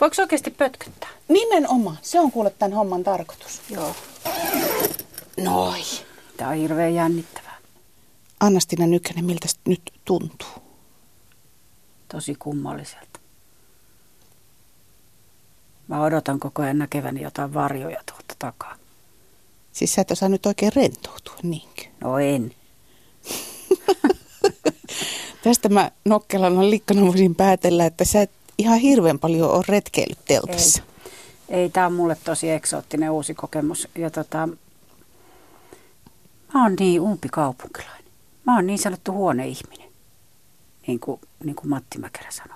Voiko oikeasti pötköttää? Nimenomaan. Se on kuule tämän homman tarkoitus. Joo. Noi. Tää on hirveän jännittävää. Anna-Stina Nykänen, miltä nyt tuntuu? Tosi kummalliselta. Mä odotan koko ajan näkeväni jotain varjoja tuolta takaa. Siis sä et osaa nyt oikein rentoutua, niinkö? No en. Tästä mä nokkelana likkana voisin päätellä, että sä et ihan hirveän paljon ole retkeillyt teltassa. Ei, tää on mulle tosi eksoottinen uusi kokemus. Ja mä oon niin umpikaupunkilainen. Mä oon niin sanottu huoneihminen, niin kuin Matti Mäkelä sanoo.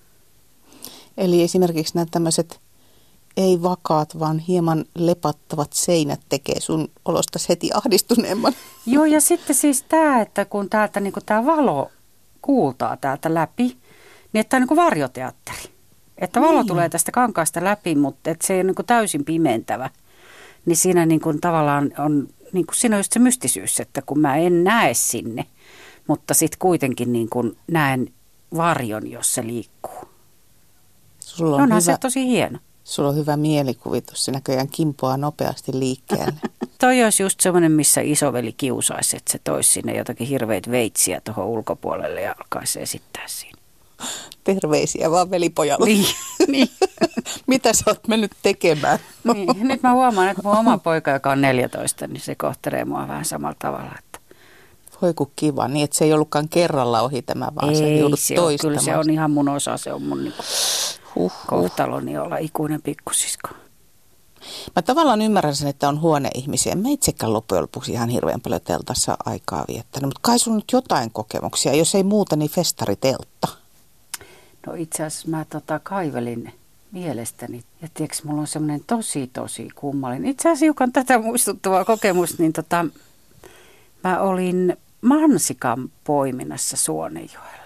Eli esimerkiksi nämä tämmöiset ei vakaat, vaan hieman lepattavat seinät tekee sun olostas heti ahdistuneemman. Joo, ja sitten siis tämä, että kun täältä niin tämä valo kuultaa täältä läpi, niin että tämä on niin kuin varjoteatteri. Että valo tulee tästä kankaasta läpi, mutta että se ei ole niin kuin täysin pimentävä. Niin siinä niin kuin tavallaan on, niin kuin siinä on just se mystisyys, että kun mä en näe sinne, mutta sitten kuitenkin niin kuin näen varjon, jos se liikkuu. Onhan se tosi hieno. Sulla on hyvä mielikuvitus. Se näköjään kimpoaa nopeasti liikkeelle. Toi olisi just semmoinen, missä isoveli kiusaisi, että se toisi sinne jotakin hirveitä veitsiä tuohon ulkopuolelle ja alkaisi esittää siinä. Terveisiä vaan velipojalle. Niin. Mitä sä oot mennyt tekemään? Niin. Nyt mä huomaan, että mun oma poika, joka on 14, niin se kohtelee mua vähän samalla tavalla. Että... Voi kun kiva, niin että se ei ollutkaan kerralla ohi tämä, vaan se joudut toistamaan. Kyllä se on ihan mun osa, se on mun niinku kohtaloni olla ikuinen pikkusisko. Mä tavallaan ymmärrän sen, että on huoneihmisiä. Mä itsekään loppujen lopuksi ihan hirveän paljon teltassa aikaa viettänyt, mutta kai sun nyt jotain kokemuksia, jos ei muuta, niin festariteltta. No itse asiassa mä kaivelin mielestäni, ja tiedätkö, mulla on semmoinen tosi kummallinen, itse asiassa hiukan tätä muistuttavaa kokemusta, niin mä olin mansikan poiminnassa Suonenjoella.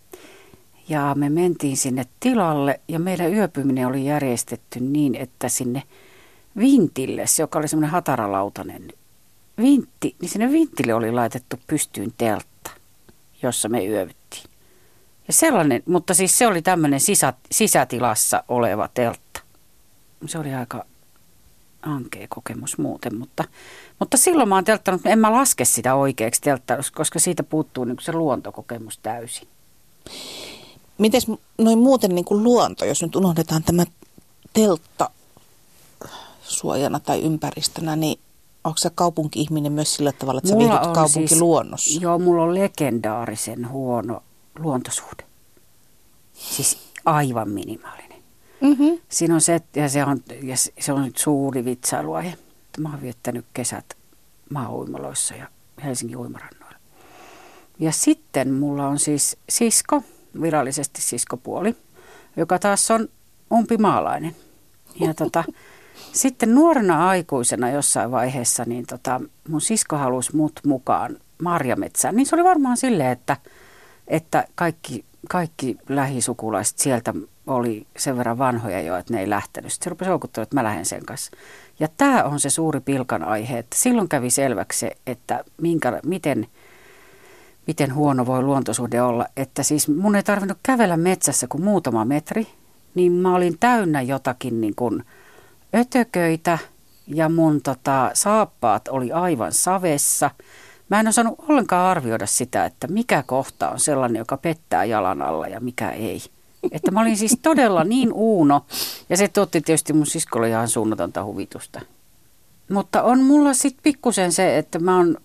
Ja me mentiin sinne tilalle ja meidän yöpyminen oli järjestetty niin, että sinne vintille, joka oli semmoinen hataralautainen vintti, niin sinne vintille oli laitettu pystyyn teltta, jossa me yövyttiin. Ja sellainen, mutta siis se oli tämmöinen sisätilassa oleva teltta. Se oli aika ankea kokemus muuten, mutta silloin mä oon telttanut, en mä laske sitä oikeaksi telttaruksi, koska siitä puuttuu niin se luontokokemus täysin. Mites noin muuten niin kuin luonto, jos nyt unohdetaan tämä teltta suojana tai ympäristönä, niin onko sä kaupunki-ihminen myös sillä tavalla, että sä viihdut kaupunkiluonnossa? Siis, joo, mulla on legendaarisen huono luontosuhde. Siis aivan minimaalinen. Mm-hmm. Siinä on se, ja se on nyt suuri vitsailuaihe. Mä oon viettänyt kesät maa-uimaloissa ja Helsingin uimarannoilla. Ja sitten mulla on siis sisko, virallisesti siskopuoli, joka taas on umpimaalainen. Ja sitten nuorena aikuisena jossain vaiheessa, niin mun sisko halusi mut mukaan marjametsään. Niin se oli varmaan silleen, että kaikki lähisukulaiset sieltä oli sen verran vanhoja jo, että ne ei lähtenyt. Sitten se rupesi houkuttelemaan, että mä lähden sen kanssa. Ja tämä on se suuri pilkan aihe, että silloin kävi selväksi se, että miten huono voi luontosuhde olla. Että siis mun ei tarvinnut kävellä metsässä kuin muutama metri, niin mä olin täynnä jotakin niin kuin ötököitä ja mun saappaat oli aivan savessa. Mä en osannut ollenkaan arvioida sitä, että mikä kohta on sellainen, joka pettää jalan alla ja mikä ei. Että mä olin siis todella niin uuno ja se tuotti tietysti mun siskolle ihan suunnatonta huvitusta. Mutta on mulla sitten pikkusen se, että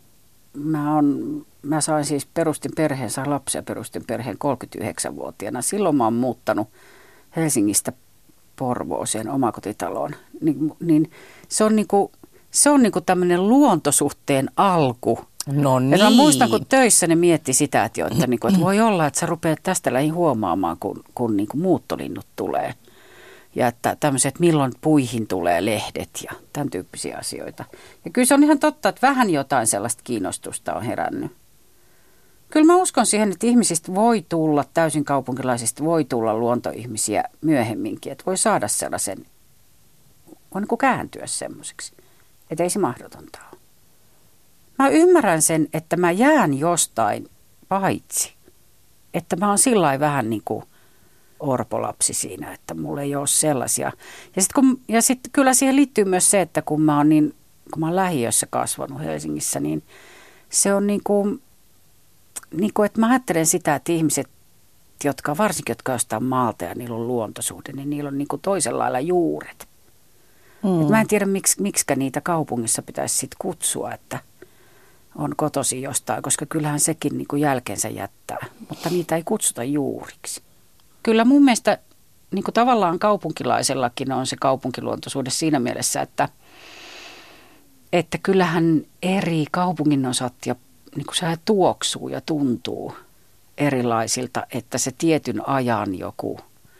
mä sain siis sain lapsia perustin perheen 39-vuotiaana. Silloin mä oon muuttanut Helsingistä Porvooseen omakotitaloon. Niin se on niinku tämmöinen luontosuhteen alku. No niin. Ja mä muistan, kun töissä ne mietti sitä, että voi olla, että sä rupeat tästä lähin huomaamaan, kun niinku muuttolinnut tulee. Ja että tämmöiset, milloin puihin tulee lehdet ja tämän tyyppisiä asioita. Ja kyllä se on ihan totta, että vähän jotain sellaista kiinnostusta on herännyt. Kyllä mä uskon siihen, että ihmisistä voi tulla, täysin kaupunkilaisista voi tulla luontoihmisiä myöhemminkin. Että voi saada sellaisen, voi niin kuin kääntyä semmoiseksi. Että ei se mahdotonta ole. Mä ymmärrän sen, että mä jään jostain paitsi. Että mä oon sillai vähän niin kuin orpolapsi siinä, että mulla ei ole sellaisia. Ja sitten kyllä siihen liittyy myös se, että kun mä oon lähiössä kasvanut Helsingissä, niin se on niin kuin, että mä ajattelen sitä, että ihmiset, varsinkin jotka on jostain maalta ja niillä on luontosuhde, niin niillä on niin kuin toisella lailla juuret. Et mä en tiedä, miksi niitä kaupungissa pitäisi sitten kutsua, että on kotosi jostain, koska kyllähän sekin niin kuin jälkeensä jättää, mutta niitä ei kutsuta juuriksi. Kyllä mun mielestä niin kuin tavallaan kaupunkilaisellakin on se kaupunkiluontoisuuden siinä mielessä, että kyllähän eri kaupunginosat ja niin kuin se tuoksuu ja tuntuu erilaisilta, että se tietyn ajan joku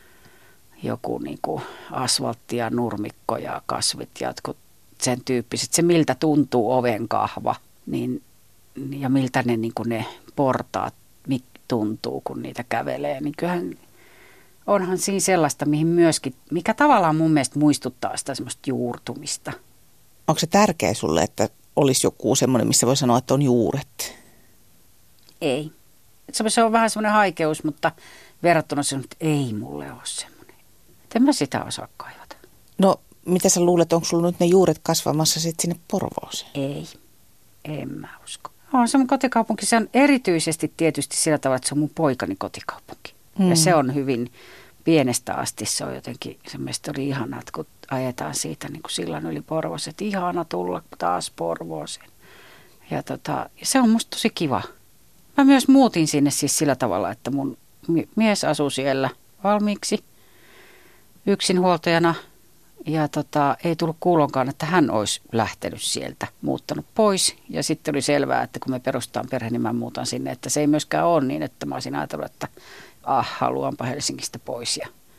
niin kuin asfaltti ja nurmikko ja kasvit ja sen tyyppiset, se miltä tuntuu ovenkahva, niin, ja miltä ne, niin kuin ne portaat tuntuu, kun niitä kävelee, niin kyllähän onhan siinä sellaista, mihin myöskin, mikä tavallaan mun mielestä muistuttaa sitä semmoista juurtumista. Onko se tärkeä sulle, että olisi joku semmoinen, missä voi sanoa, että on juuret? Ei. Se on vähän semmoinen haikeus, mutta verrattuna semmoinen, että ei mulle ole semmoinen. En mä sitä osaa kaivata. No, mitä sä luulet, onko sulla nyt ne juuret kasvamassa sitten sinne Porvooseen? Ei. En mä usko. On se mun kotikaupunki. Se on erityisesti tietysti sillä tavalla, että se on mun poikani kotikaupunki. Ja se on hyvin pienestä asti. Se on jotenkin, se mielestä oli ihanaa, että kun ajetaan siitä niin kuin sillan yli Porvooseen, että ihana tulla taas Porvooseen. Ja se on musta tosi kiva. Mä myös muutin sinne siis sillä tavalla, että mun mies asuu siellä valmiiksi yksinhuoltajana. Ja ei tullut kuulonkaan, että hän olisi lähtenyt sieltä, muuttanut pois. Ja sitten oli selvää, että kun me perustetaan perhe, niin mä muutan sinne. Että se ei myöskään ole niin, että mä olisin ajatellut, että haluanpa Helsingistä pois.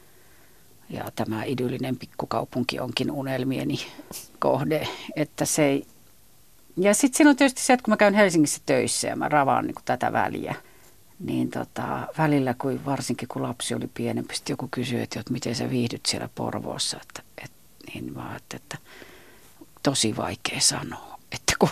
Ja tämä idyllinen pikkukaupunki onkin unelmieni kohde. Että se ei. Ja sitten siinä on tietysti se, että kun mä käyn Helsingissä töissä ja mä ravaan niin kuin tätä väliä. Niin välillä, varsinkin kun lapsi oli pienempi, sitten joku kysyi, että miten sä viihdyt siellä Porvoossa. Niin mä ajattelin, että tosi vaikea sanoa. Että kun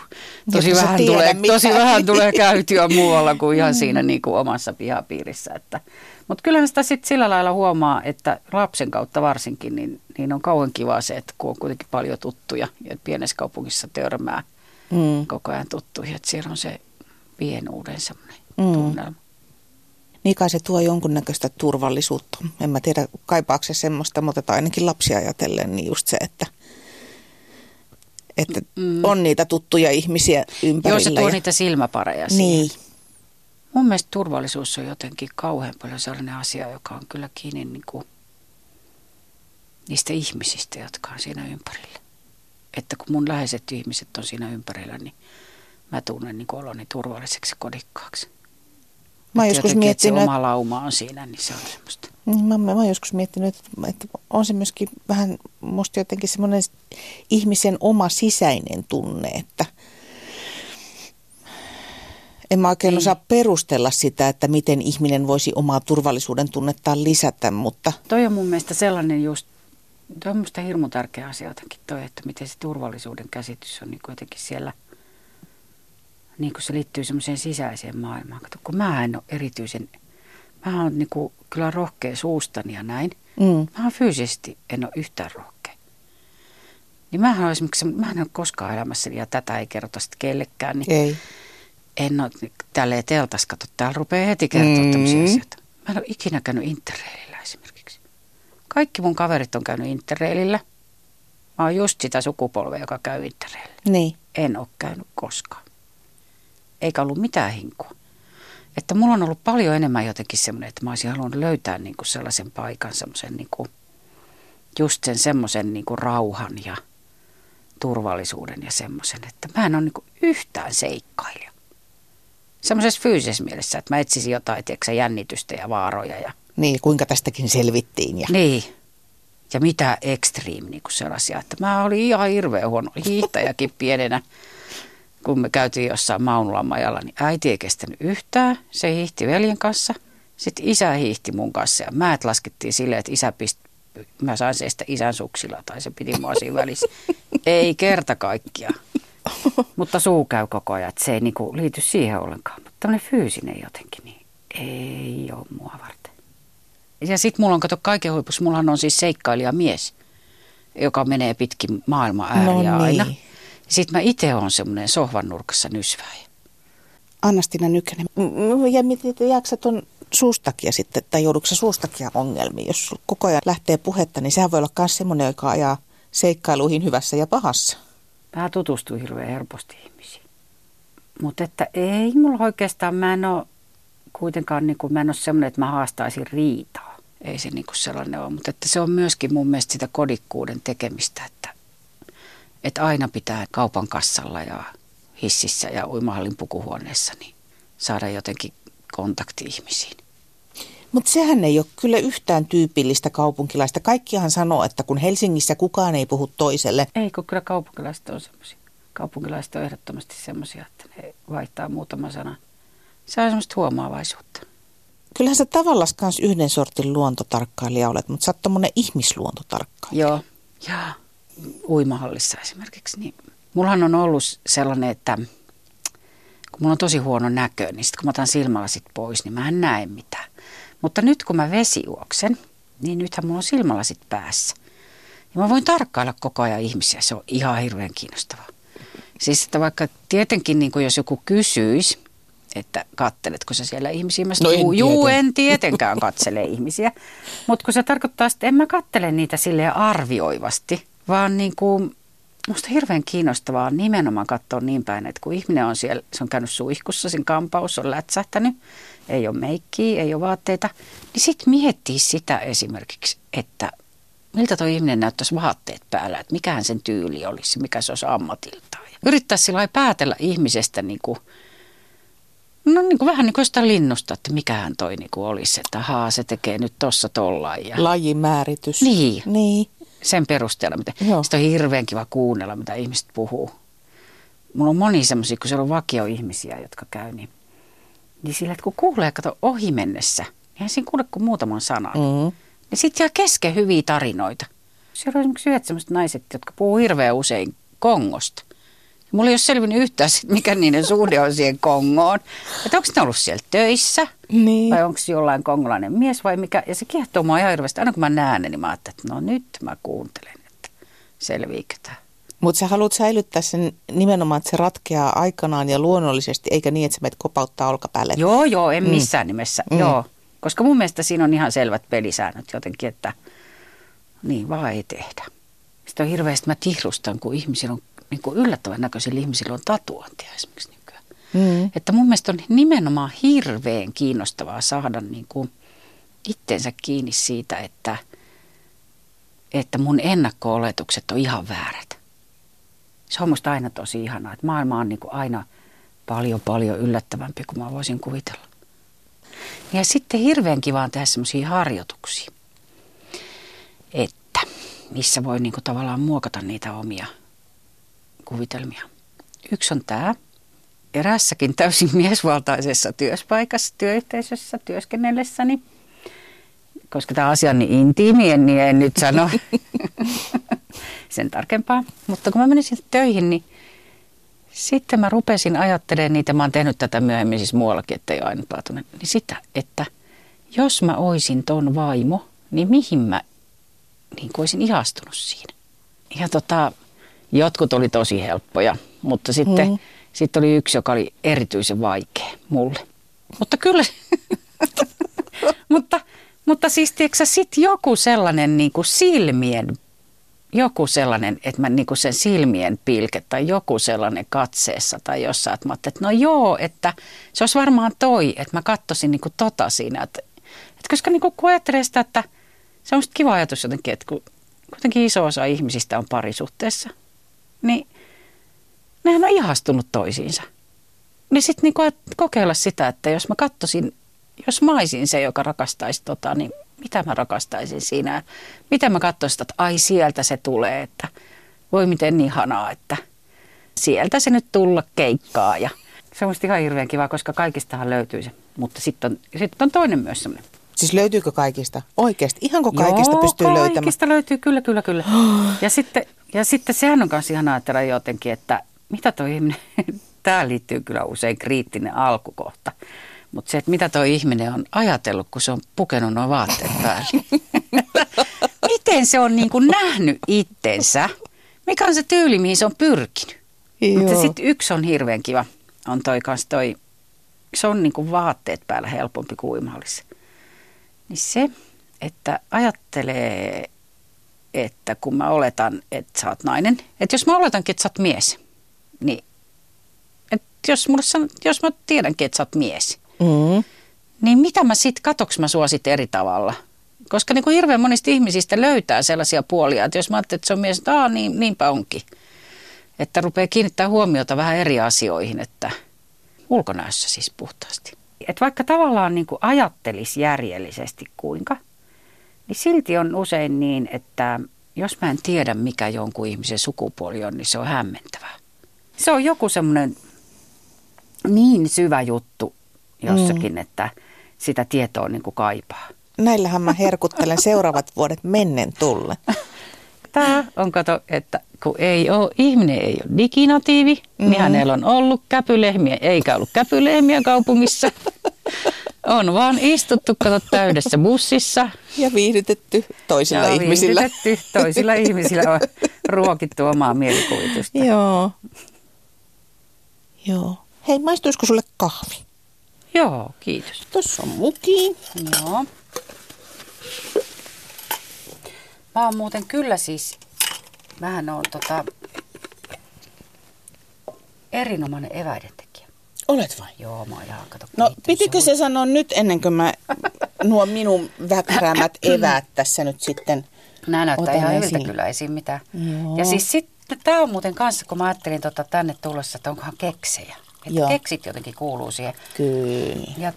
tosi vähän tulee käytyä muualla kuin ihan siinä niin kuin omassa pihapiirissä. Mutta kyllähän sitä sitten sillä lailla huomaa, että lapsen kautta varsinkin, niin on kauan kivaa se, että kun on kuitenkin paljon tuttuja ja pienessä kaupungissa törmää koko ajan tuttuja. Että siellä on se pienuuden semmoinen tunnelma. Niin kai se tuo jonkunnäköistä turvallisuutta. En mä tiedä, kaipaako se semmoista, mutta ainakin lapsia ajatellen, niin just se, että on niitä tuttuja ihmisiä ympärillä. Joo, se tuo niitä silmäpareja niin. Siihen. Mun mielestä turvallisuus on jotenkin kauhean paljon sellainen asia, joka on kyllä kiinni niin kuin niistä ihmisistä, jotka on siinä ympärillä. Että kun mun läheiset ihmiset on siinä ympärillä, niin mä tunnen niin kuin oloni turvalliseksi kodikkaaksi. Mä joskus miettinyt, että se oma lauma on siinä, niin se on semmoista. Mä oon joskus miettinyt, että on se myöskin vähän musta jotenkin semmoinen ihmisen oma sisäinen tunne, että en mä oikein osaa perustella sitä, että miten ihminen voisi omaa turvallisuuden tunnettaan lisätä, mutta toi on mun mielestä sellainen just, toi on musta hirmu tärkeä asia jotenkin toi, että miten se turvallisuuden käsitys on niin jotenkin siellä. Niin kuin se liittyy semmoiseen sisäiseen maailmaan. Kato, kun mä en ole mä oon niin kuin kyllä rohkea suustani ja näin. Mä fyysisesti en ole yhtään rohkea. Niin mä en ole koskaan elämässäni, ja tätä ei kerrota sitten kellekään. Niin ei. En ole tälleen teltas, kato, täällä rupeaa heti kertoa tämmöisiä asioita. Mä en ole ikinä käynyt Interrailillä esimerkiksi. Kaikki mun kaverit on käynyt Interrailillä. Mä oon just sitä sukupolvea, joka käy Interrailillä. Niin. En ole käynyt koskaan. Eikä ollut mitään hinkua. Että mulla on ollut paljon enemmän jotenkin semmoinen, että mä olisin halunnut löytää niinku sellaisen paikan, semmoisen niinku, just sen semmoisen niinku rauhan ja turvallisuuden ja semmoisen, että mä en ole niinku yhtään seikkailija. Semmoisessa fyysisessä mielessä, että mä etsisin jotain, tiedätkö, jännitystä ja vaaroja. Ja niin, kuinka tästäkin selvittiin. Ja niin. Ja mitä extreme niinku sellaisia, että mä olin ihan hirveän huono hiihtäjäkin pienenä. Kun me käytiin jossain Maunulan majalla, niin äiti ei kestänyt yhtään. Se hiihti veljen kanssa. Sitten isä hiihti mun kanssa ja määt laskettiin silleen, että mä sain seistä isän suksilla tai se piti mua siinä välissä. Ei kerta kaikkiaan. Mutta suu käy koko ajan, että se ei niinku liity siihen ollenkaan. Mutta tämmöinen fyysinen jotenkin, niin ei ole mua varten. Ja sitten mulla on, kato, kaiken huipussa, mullahan on siis seikkailijamies, joka menee pitkin maailman ääriä aina. Sitten mä itse oon semmoinen sohvan nurkassa nysväjä. Anna-Stina Nykänen, ja miten jääksä ton suustakia sitten, tai joudutko sä suustakia ongelmiin? Jos koko ajan lähtee puhetta, niin sehän voi olla myös semmoinen, joka ajaa seikkailuihin hyvässä ja pahassa. Mä tutustuin hirveän helposti ihmisiin. Mutta että ei mulla oikeastaan, mä en ole kuitenkaan, niin kuin, mä en ole semmoinen, että mä haastaisin riitaa. Ei se niin kuin sellainen ole, mutta että se on myöskin mun mielestä sitä kodikkuuden tekemistä, että aina pitää kaupan kassalla ja hississä ja uimahallin pukuhuoneessa niin saada jotenkin kontakti ihmisiin. Mutta sehän ei ole kyllä yhtään tyypillistä kaupunkilaista. Kaikkihan sanoo, että kun Helsingissä kukaan ei puhu toiselle. Ei, kun kyllä kaupunkilaiset on semmoisia. Kaupunkilaiset on ehdottomasti semmoisia, että ne vaihtaa muutaman sanan. Se on semmoista huomaavaisuutta. Kyllähän sä tavallaan kans yhden sortin luontotarkkailija olet, mutta sä oot tommonen ihmisluontotarkkailija. Joo, ja uimahallissa esimerkiksi. Niin mullahan on ollut sellainen, että kun mulla on tosi huono näkö, niin sitten kun mä otan silmälasit pois, niin mä en näe mitään. Mutta nyt kun mä vesijuoksen, niin nythän mulla on silmälasit päässä. Ja mä voin tarkkailla koko ajan ihmisiä, se on ihan hirveän kiinnostavaa. Siis että vaikka tietenkin niin kuin jos joku kysyisi, että katseletko sä siellä ihmisiä, mä en tietenkään katsele ihmisiä. Mutta kun se tarkoittaa, että en mä katsele niitä silleen arvioivasti, vaan niin kuin musta on hirveän kiinnostavaa nimenomaan katsoa niin päin, että kun ihminen on siellä, se on käynyt suihkussa, sen kampaus on lätsähtänyt, ei ole meikkiä, ei ole vaatteita, niin sitten miettii sitä esimerkiksi, että miltä tuo ihminen näyttäisi vaatteet päällä, että mikähän sen tyyli olisi, mikä se olisi ammatiltaan. Ja yrittäisi sillä lailla päätellä ihmisestä vähän niin kuin jostain linnusta, että mikähän toi niin kuin olisi, että ahaa, se tekee nyt tossa tollain. Lajimääritys. Niin. Sen perusteella. Sitten on hirveän kiva kuunnella, mitä ihmiset puhuu. Mulla on moni semmoisia, kun siellä on vakioihmisiä, jotka käy, niin sillä, että kun kuulee, kato ohi mennessä, niin eihän siinä kuule kuin muutaman sanan. Niin sitten jää kesken hyviä tarinoita. Siellä on esimerkiksi yhdet semmoiset naiset, jotka puhuu hirveän usein Kongosta. Mulla ei ole selvinnyt yhtään, mikä niiden suhde on siihen Kongoon. Että onko ne ollut siellä töissä vai onko se jollain kongolainen mies vai mikä. Ja se kiehtoo mua ihan hirveästi. Aina kun mä näen ne, niin mä ajattelen, että no nyt mä kuuntelen, että selviikö tämä. Mutta sä haluat säilyttää sen nimenomaan, että se ratkeaa aikanaan ja luonnollisesti, eikä niin, että sä menet kopauttaa olkapäälle. Joo, en missään nimessä. Joo, koska mun mielestä siinä on ihan selvät pelisäännöt jotenkin, että niin vaan ei tehdä. Sitten on hirveästi, mä tihrustan, kun ihmisillä on niin kuin yllättävän näköisillä ihmisillä on tatuointia esimerkiksi nykyään. Että mun mielestä on nimenomaan hirveän kiinnostavaa saada niin kuin itsensä kiinni siitä, että mun ennakko-oletukset on ihan väärät. Se on musta aina tosi ihanaa, että maailma on niin kuin aina paljon yllättävämpi kuin mä voisin kuvitella. Ja sitten hirveän kiva on tehdä semmoisia harjoituksia, että missä voi niin kuin tavallaan muokata niitä omia kuvitelmia. Yksi on tämä. Erässäkin täysin miesvaltaisessa työpaikassa, työyhteisössä työskennellessäni, koska tämä asia on niin intiimi, niin en nyt sano sen tarkempaa. Mutta kun mä menin sieltä töihin, niin sitten mä rupesin ajattelemaan niitä, mä oon tehnyt tätä myöhemmin siis muuallakin, ettei ole ainutlaatuinen, niin sitä, että jos mä oisin ton vaimo, niin mihin mä niin olisin ihastunut siinä. Ja jotkut oli tosi helppoja, mutta sitten oli yksi, joka oli erityisen vaikea mulle. Mutta kyllä, mutta siis tiedätkö sitten joku sellainen niin kuin joku sellainen, että mä niin kuin sen silmien pilke tai joku sellainen katseessa tai jossain, että mä ajattelin, että no joo, että se olisi varmaan toi, että mä katsoisin niin kuin siinä, että koska niin kuin kun ajattelee sitä, että se on musta kiva ajatus jotenkin, että kun kuitenkin iso osa ihmisistä on parisuhteessa, niin nehän on ihastunut toisiinsa. Niin sitten niin kokeilla sitä, että jos mä katsoisin, jos mä olisin se, joka rakastaisi niin mitä mä rakastaisin siinä. Miten mä katsoisin, että ai sieltä se tulee, että voi miten ihanaa, että sieltä se nyt tulla keikkaa. Ja se on musta ihan hirveän kiva, koska kaikistahan löytyy se, mutta sitten on toinen myös semmoinen. Siis löytyykö kaikista? Oikeasti? Ihanko kaikista pystyy löytämään? Joo, kaikista löytyy, kyllä. Ja sitten sehän on myös ihanaa ajatella jotenkin, että mitä toi ihminen, tämä liittyy kyllä usein kriittinen alkukohta. Mutta se, että mitä toi ihminen on ajatellut, kun se on pukenut nuo vaatteet päälle. Miten se on niin kuin nähnyt itsensä? Mikä on se tyyli, mihin se on pyrkinyt? Mutta sitten yksi on hirveän kiva. On se on niin kuin vaatteet päällä helpompi kuin uimahallissa. Niin se, että ajattelee, että kun mä oletan, että sä oot nainen. Että jos mä oletankin, että sä oot mies, niin että jos mä tiedänkin, että sä oot mies, niin mitä mä sit, katoks mä sua sit eri tavalla? Koska niin kuin hirveän monista ihmisistä löytää sellaisia puolia, että jos mä ajattelen, että se on mies, että niinpä onkin. Että rupeaa kiinnittää huomiota vähän eri asioihin, että ulkonäössä siis puhtaasti. Että vaikka tavallaan niin kuin ajattelisi järjellisesti kuinka, niin silti on usein niin, että jos mä en tiedä, mikä jonkun ihmisen sukupuoli on, niin se on hämmentävää. Se on joku semmoinen niin syvä juttu jossakin, että sitä tietoa niin kuin kaipaa. Näillähän mä herkuttelen seuraavat vuodet mennen tulle. Tämä on, kato, että kun ihminen ei ole diginatiivi, niin hänellä on ollut käpylehmiä, eikä ollut käpylehmiä kaupungissa. On vaan istuttu, kato, täydessä bussissa. Ja viihdytetty toisilla ihmisillä. Toisilla ihmisillä on ruokittu omaa mielikuvitusta. Joo. Hei, maistuisiko sulle kahvi? Joo, kiitos. Tuossa on muki. Joo. Mä oon muuten kyllä siis, mähän on erinomainen eväidentekijä. Olet vai? Joo, mä oon ihan kato. No pitikö se sanoa nyt ennen kuin mä nuo minun väkäräämät eväät tässä nyt sitten nää näyttää ihan hyviltä kyllä, ei siinä mitään. Joo. Ja siis sitten tää on muuten kanssa, kun mä ajattelin tänne tullessa, että onkohan keksejä. Että keksit jotenkin kuuluu siihen. Kyllä. Ja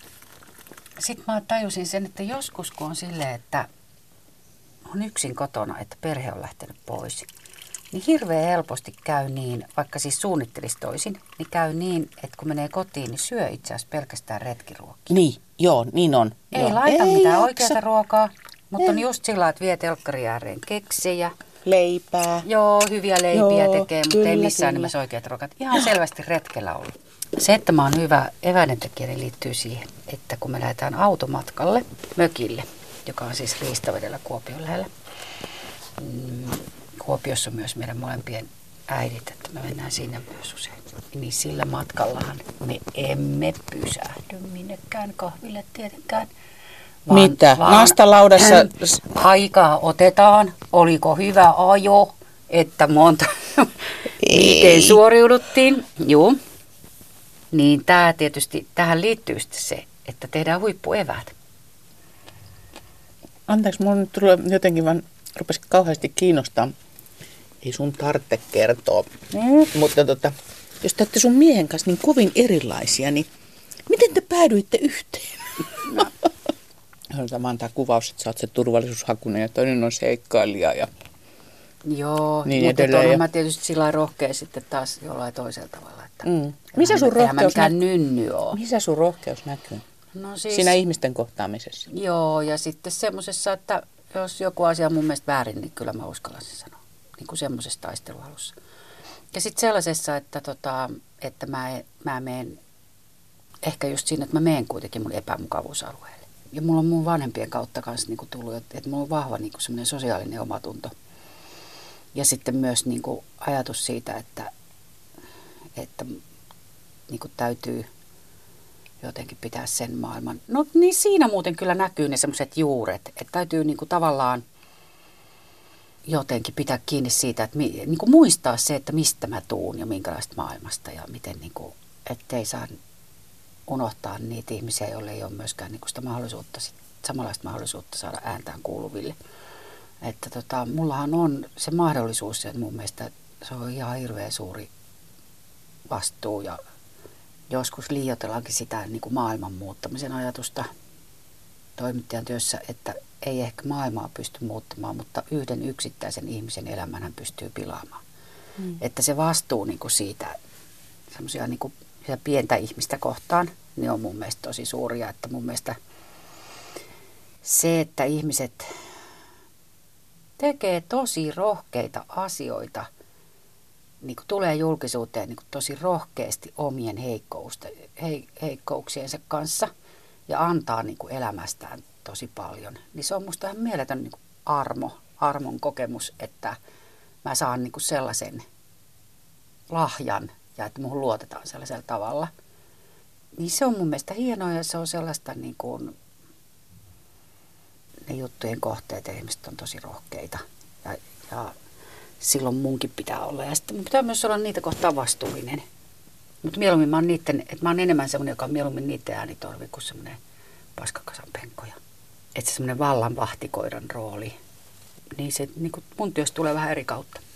sit mä tajusin sen, että joskus kun on silleen, että on yksin kotona, että perhe on lähtenyt pois, niin hirveän helposti käy niin, vaikka siis suunnittelisi toisin, niin käy niin, että kun menee kotiin, niin syö itse asiassa pelkästään retkiruokia. Niin, joo, niin on. Ei laita mitään oikeaa ruokaa, mutta on just sillä, että vie telkkari ääreen keksejä. Leipää. Joo, hyviä leipiä tekee, mutta ei missään nimessä oikeat ruokat. Ihan selvästi retkellä ollut. Se, että mä oon hyvä eväidentekijä, niin liittyy siihen, että kun me lähdetään automatkalle mökille, joka on siis Riistavedellä Kuopion lähellä. Kuopiossa on myös meidän molempien äidit, että me mennään sinne myös usein. Niin sillä matkallahan me emme pysähdy minnekään kahville tietenkään. Mitä? Nastalaudassa? Aikaa otetaan. Oliko hyvä ajo? Että miten suoriuduttiin? Joo. Niin tähän liittyy sitten se, että tehdään huippueväät. Anteeksi, mulla nyt tulee jotenkin vaan rupesi kauheasti kiinnostaa. Ei sun tarvitse kertoa. Mutta jos te olette sun miehen kanssa niin kovin erilaisia, niin miten te päädyitte yhteen? No. On vaan tämä kuvaus, että sä oot se turvallisuushakunen ja toinen on seikkailija. Joo, niin mutta edelleen. mä tietysti sillä rohkea sitten taas jollain toisella tavalla. Että Missä sun rohkeus nynny ole. Missä sun rohkeus näkyy? No siis, siinä ihmisten kohtaamisessa. Joo, ja sitten semmoisessa, että jos joku asia on mun mielestä väärin, niin kyllä mä uskallan sen sanoa. Niin kuin semmoisessa taisteluhalussa. Ja sitten sellaisessa, että mä menen ehkä just siinä, että mä menen kuitenkin mun epämukavuusalueelle. Ja mulla on mun vanhempien kautta kanssa niin tullut, että mulla on vahva niin semmoinen sosiaalinen omatunto. Ja sitten myös niin kuin ajatus siitä, että niin kuin täytyy jotenkin pitää sen maailman. No niin siinä muuten kyllä näkyy ne semmoiset juuret, että täytyy niin kuin tavallaan jotenkin pitää kiinni siitä, että niin kuin muistaa se, että mistä mä tuun ja minkälaista maailmasta ja miten, niin kuin, ettei saa unohtaa niitä ihmisiä, joille ei ole myöskään niin kuin sitä mahdollisuutta, samanlaista mahdollisuutta saada ääntään kuuluville. Että mullahan on se mahdollisuus, että mun mielestä se on ihan hirveän suuri vastuu ja joskus liioitellaankin sitä niin kuin maailman muuttamisen ajatusta toimittajan työssä, että ei ehkä maailmaa pysty muuttamaan, mutta yhden yksittäisen ihmisen elämän hän pystyy pilaamaan. Että se vastuu niin kuin siitä semmoisia niin kuin pientä ihmistä kohtaan, niin on mun mielestä tosi suuria. Että mun mielestä se, että ihmiset tekee tosi rohkeita asioita niin kuin tulee julkisuuteen niin kuin tosi rohkeasti omien heikkouksiensa kanssa ja antaa niin kuin elämästään tosi paljon, niin se on musta ihan mieletön niin kuin armon kokemus, että mä saan niin kuin sellaisen lahjan ja että muhun luotetaan sellaisella tavalla. Niin se on mun mielestä hienoa ja se on sellaista niin kuin ne juttujen kohteet ja ihmiset on tosi rohkeita ja silloin munkin pitää olla. Ja sitten mun pitää myös olla niitä kohtaan vastuullinen. Mutta mieluummin mä oon että mä oon enemmän semmoinen, joka on mieluummin niiden äänitorvi kuin semmoinen paskakasan penkkoja. Että se semmoinen vallan vahtikoiran rooli, niin se niin mun työstä tulee vähän eri kautta.